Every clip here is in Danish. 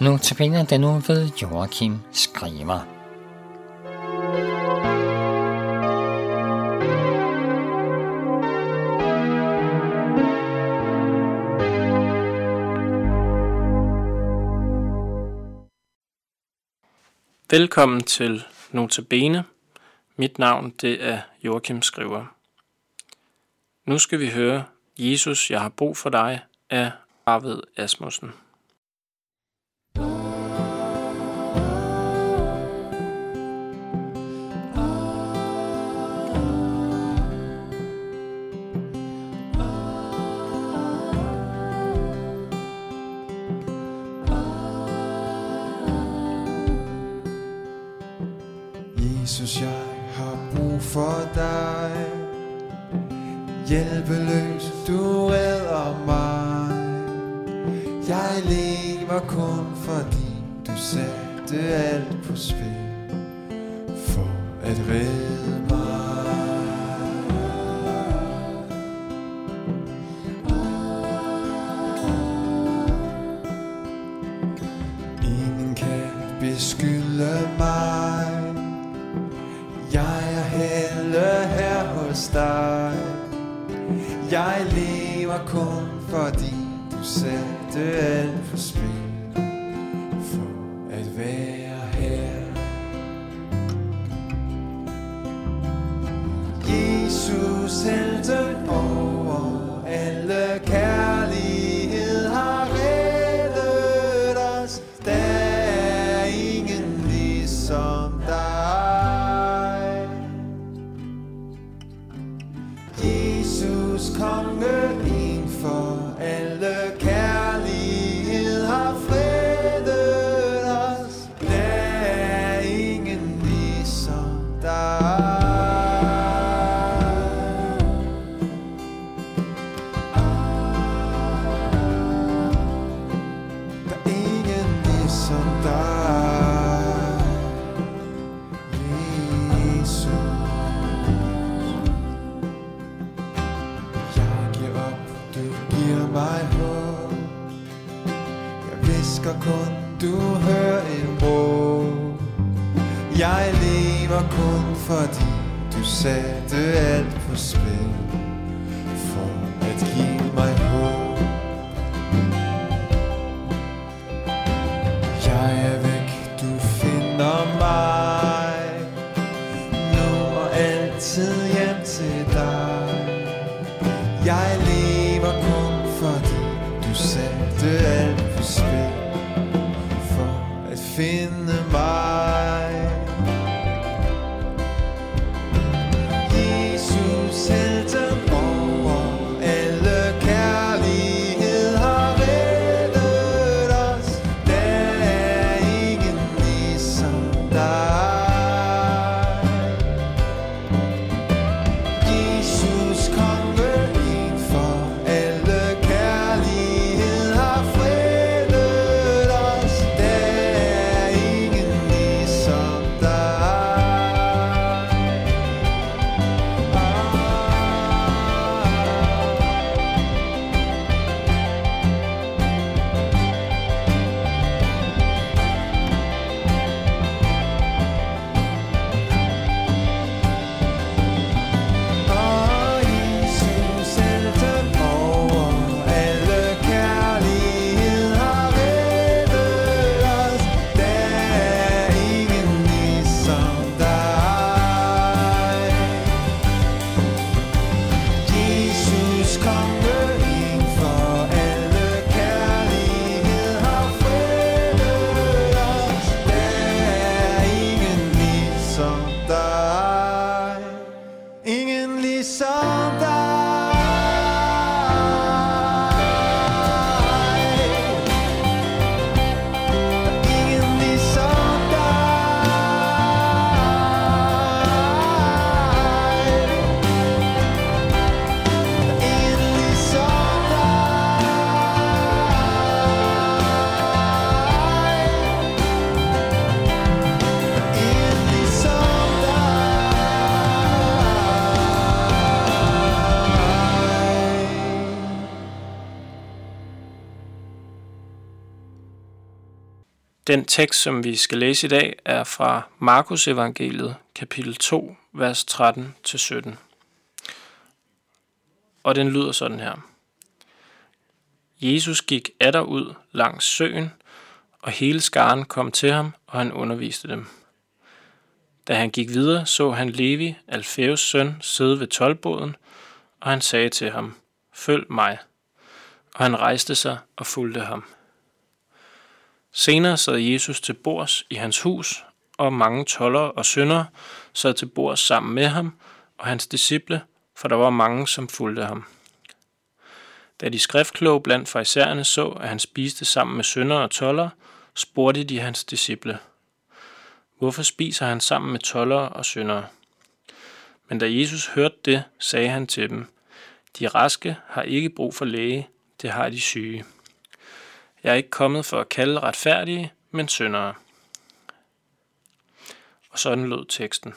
Notabene den nu ved Joachim Skriver. Velkommen til Notabene. Mit navn det er Joachim Skriver. Nu skal vi høre Jesus, jeg har brug for dig af Arvid Asmussen. Jesus, jeg har brug for dig. Hjælpeløs, du redder mig. Jeg lever kun fordi du satte alt på spil for at redde mig. Ingen kan beskylde mig. Jeg er helle her hos dig. Jeg lever kun fordi du satte alt på spil for at være her. Jesus, helten over alle kærlighed har reddet os. Der er ingen ligesom dig. Jesus, konge, en for alle kærlighed har fredet os. Der er ingen ligesom dig. Der er ingen ligesom dig, Jesus. Jeg giver op, du giver mig håb. Jeg hvisker kun, du hører et råb. Jeg lever kun fordi du satte alt på spil for at give mig håb. Jeg er væk, du finder mig. Nu og altid hjem til dig. Jeg lever kun fordi du satte alt på spil for at finde mig. Jesus, helten over alle kærlighed har reddet os. Der er ingen ligesom dig. Jesus, konge, en for alle kærlighed har fredet os. Der er ingen ligesom dig. Jesus, helten over alle kærlighed har reddet os. Der er ingen ligesom dig. Jesus, konge, en for alle kærlighed har fredet os. Der er ingen ligesom dig. Ingen ligesom dig. Ingen ligesom dig. Ingen ligesom dig. Ingen ligesom dig. Den tekst, som vi skal læse i dag, er fra Markus evangeliet, kapitel 2, vers 13-17. Og den lyder sådan her. Jesus gik atter ud langs søen, og hele skaren kom til ham, og han underviste dem. Da han gik videre, så han Levi, Alfæus søn, sidde ved toldboden, og han sagde til ham, følg mig. Og han rejste sig og fulgte ham. Senere sad Jesus til bords i hans hus, og mange toldere og syndere sad til bords sammen med ham og hans disciple, for der var mange, som fulgte ham. Da de skriftkloge blandt farisæerne så, at han spiste sammen med syndere og toldere, spurgte de hans disciple, hvorfor spiser han sammen med toldere og syndere? Men da Jesus hørte det, sagde han til dem, de raske har ikke brug for læge, det har de syge. Jeg er ikke kommet for at kalde retfærdige, men syndere. Og sådan lød teksten.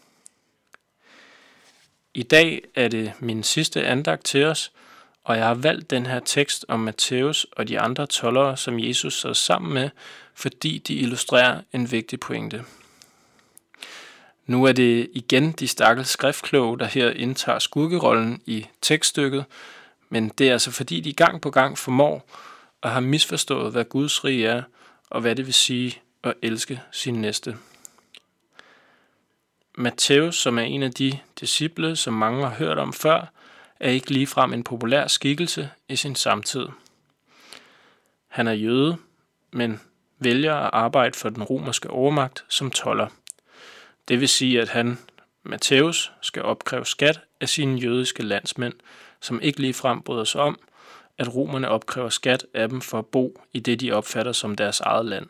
I dag er det min sidste andagt til os, og jeg har valgt den her tekst om Matthæus og de andre toldere, som Jesus sad sammen med, fordi de illustrerer en vigtig pointe. Nu er det igen de stakkels skriftkloge, der her indtager skurkerollen i tekststykket, men det er altså fordi de gang på gang formår at have misforstået, hvad Guds rige er, og hvad det vil sige at elske sin næste. Matthæus, som er en af de disciple, som mange har hørt om før, er ikke ligefrem en populær skikkelse i sin samtid. Han er jøde, men vælger at arbejde for den romerske overmagt som tolder. Det vil sige, at han, Matthæus, skal opkræve skat af sine jødiske landsmænd, som ikke ligefrem bryder sig om, at romerne opkræver skat af dem for at bo i det, de opfatter som deres eget land.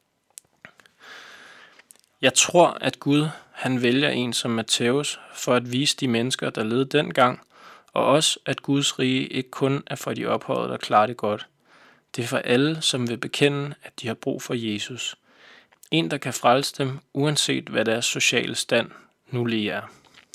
Jeg tror, at Gud han vælger en som Matthæus for at vise de mennesker, der levede dengang, og også, at Guds rige ikke kun er for de ophøjede, der klarer det godt. Det er for alle, som vil bekende, at de har brug for Jesus. En, der kan frelse dem, uanset hvad deres sociale stand nu lige er.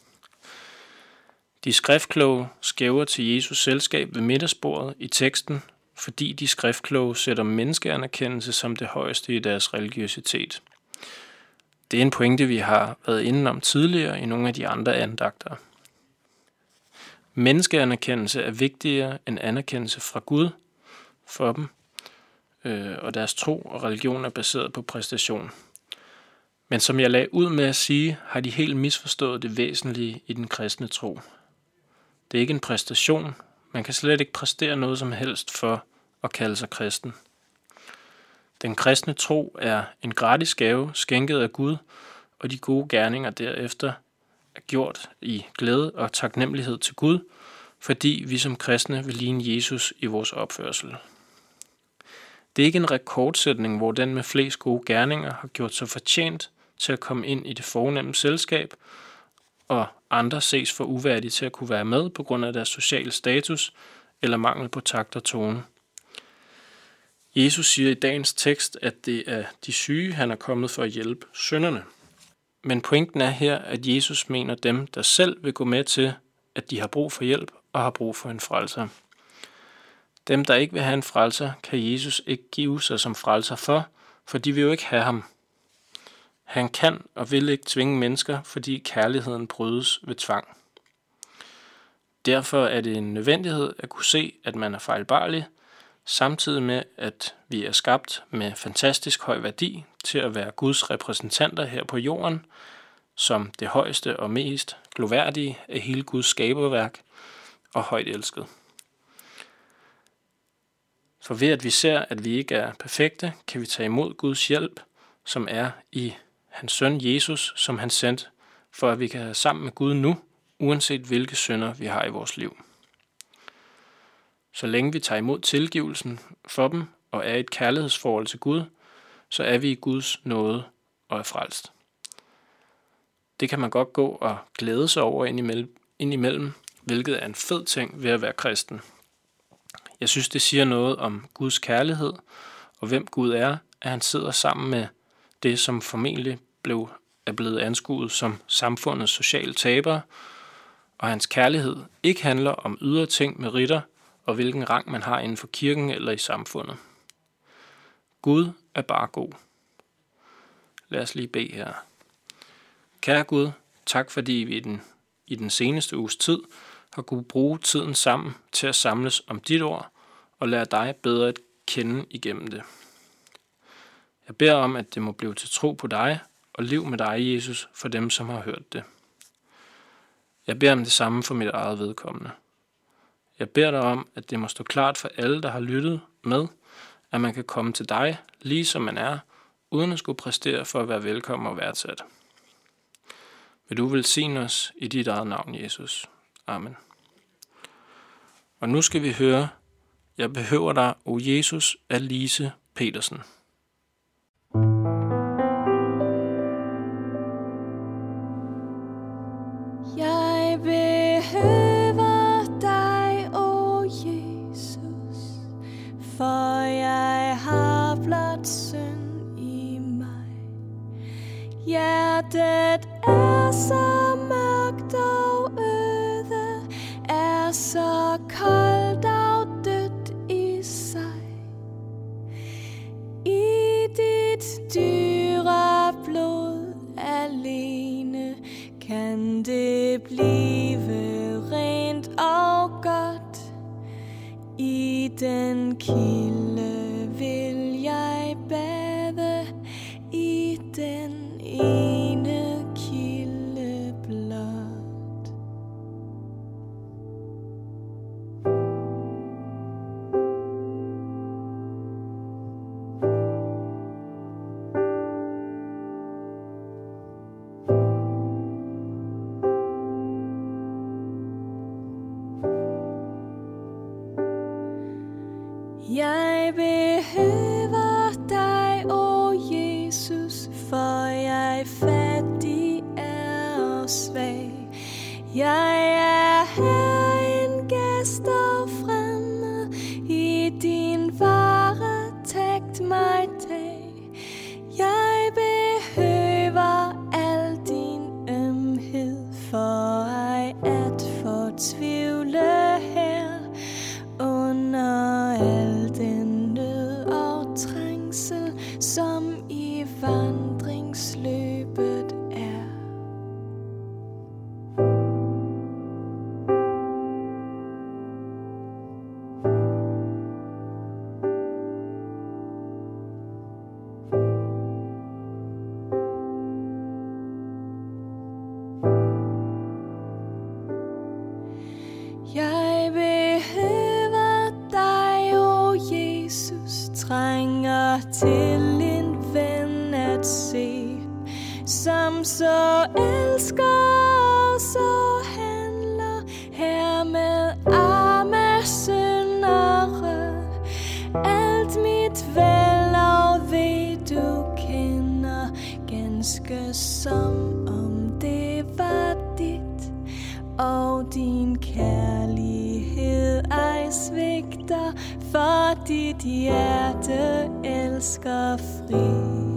De skriftkloge skæver til Jesus selskab ved middagsbordet i teksten, fordi de skriftkloge sætter menneskeanerkendelse som det højeste i deres religiøsitet. Det er en pointe, vi har været inde om tidligere i nogle af de andre andagter. Menneskeanerkendelse er vigtigere end anerkendelse fra Gud for dem, og deres tro og religion er baseret på præstation. Men som jeg lagde ud med at sige, har de helt misforstået det væsentlige i den kristne tro. Det er ikke en præstation. Man kan slet ikke præstere noget som helst for at kalde sig kristen. Den kristne tro er en gratis gave, skænket af Gud, og de gode gerninger derefter er gjort i glæde og taknemmelighed til Gud, fordi vi som kristne vil ligne Jesus i vores opførsel. Det er ikke en rekordsætning, hvor den med flest gode gerninger har gjort sig fortjent til at komme ind i det fornemme selskab, og andre ses for uværdige til at kunne være med på grund af deres sociale status eller mangel på takt og tone. Jesus siger i dagens tekst, at det er de syge, han er kommet for at hjælpe synderne. Men pointen er her, at Jesus mener dem, der selv vil gå med til, at de har brug for hjælp og har brug for en frelser. Dem, der ikke vil have en frelser, kan Jesus ikke give sig som frelser for de vil jo ikke have ham. Han kan og vil ikke tvinge mennesker, fordi kærligheden brydes ved tvang. Derfor er det en nødvendighed at kunne se, at man er fejlbarlig, samtidig med, at vi er skabt med fantastisk høj værdi til at være Guds repræsentanter her på jorden, som det højeste og mest gloværdige af hele Guds skaberværk og højt elsket. For ved at vi ser, at vi ikke er perfekte, kan vi tage imod Guds hjælp, som er i hans søn Jesus, som han sendte, for at vi kan have sammen med Gud nu, uanset hvilke synder vi har i vores liv. Så længe vi tager imod tilgivelsen for dem og er i et kærlighedsforhold til Gud, så er vi i Guds nåde og er frelst. Det kan man godt gå og glæde sig over indimellem, hvilket er en fed ting ved at være kristen. Jeg synes, det siger noget om Guds kærlighed og hvem Gud er, at han sidder sammen med det, som formentlig er blevet anskuet som samfundets sociale tabere, og hans kærlighed ikke handler om ydre ting med ritter og hvilken rang man har inden for kirken eller i samfundet. Gud er bare god. Lad os lige bede her. Kære Gud, tak fordi vi i den seneste uges tid har kunne bruge tiden sammen til at samles om dit ord og lære dig bedre at kende igennem det. Jeg beder om, at det må blive til tro på dig og liv med dig, Jesus, for dem, som har hørt det. Jeg beder om det samme for mit eget vedkommende. Jeg beder dig om, at det må stå klart for alle, der har lyttet med, at man kan komme til dig, lige som man er, uden at skulle præstere for at være velkommen og værdsat. Vil du velsigne os i dit eget navn, Jesus. Amen. Og nu skal vi høre, Jeg behøver dig, o Jesus, af Lise Petersen. Jeg behøver dig, o Jesus, for jeg har blot synd i mig. Hjertet er så mørkt og øde, er så koldt og dødt i sig. I dit dyre blod alene kan det blive rent og godt. I den kilde vil jeg bade, i den ene kilde blot. Jeg behøver dig, o Jesus, for jeg fattig er og svag. Jeg er her en gæst og fremmed, i din varetægt mig tag. Jeg behøver al din ømhed, for ej at fortvivle her under al den nød og trængsel, som i vandringsløbet er. Jeg behøver dig, o Jesus, trænger til en ven at se, som så elsker og så handler her med arme syndere. Alt mit vel og ved du kender, ganske som om det var dit. Og din kærlighed ej svigter, for dit hjerte elsker frit.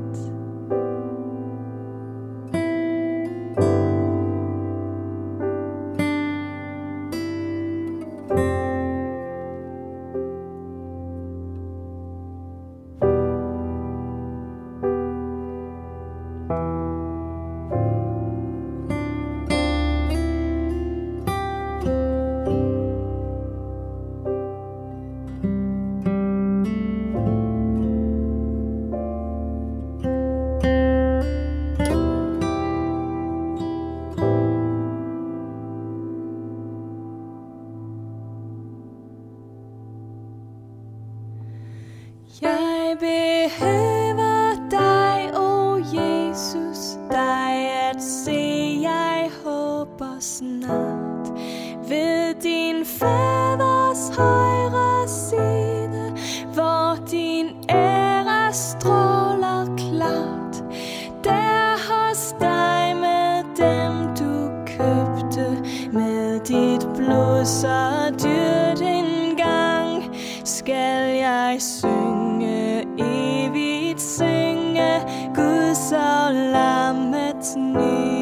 Jeg behøver dig, o Jesus, dig at se, jeg håber snart ved din faders højre side, hvor din ære stråler klart. Der hos dig med dem du købte, med dit blod så dyrt engang, skal jeg synge, evigt synge, Guds og lammets nye.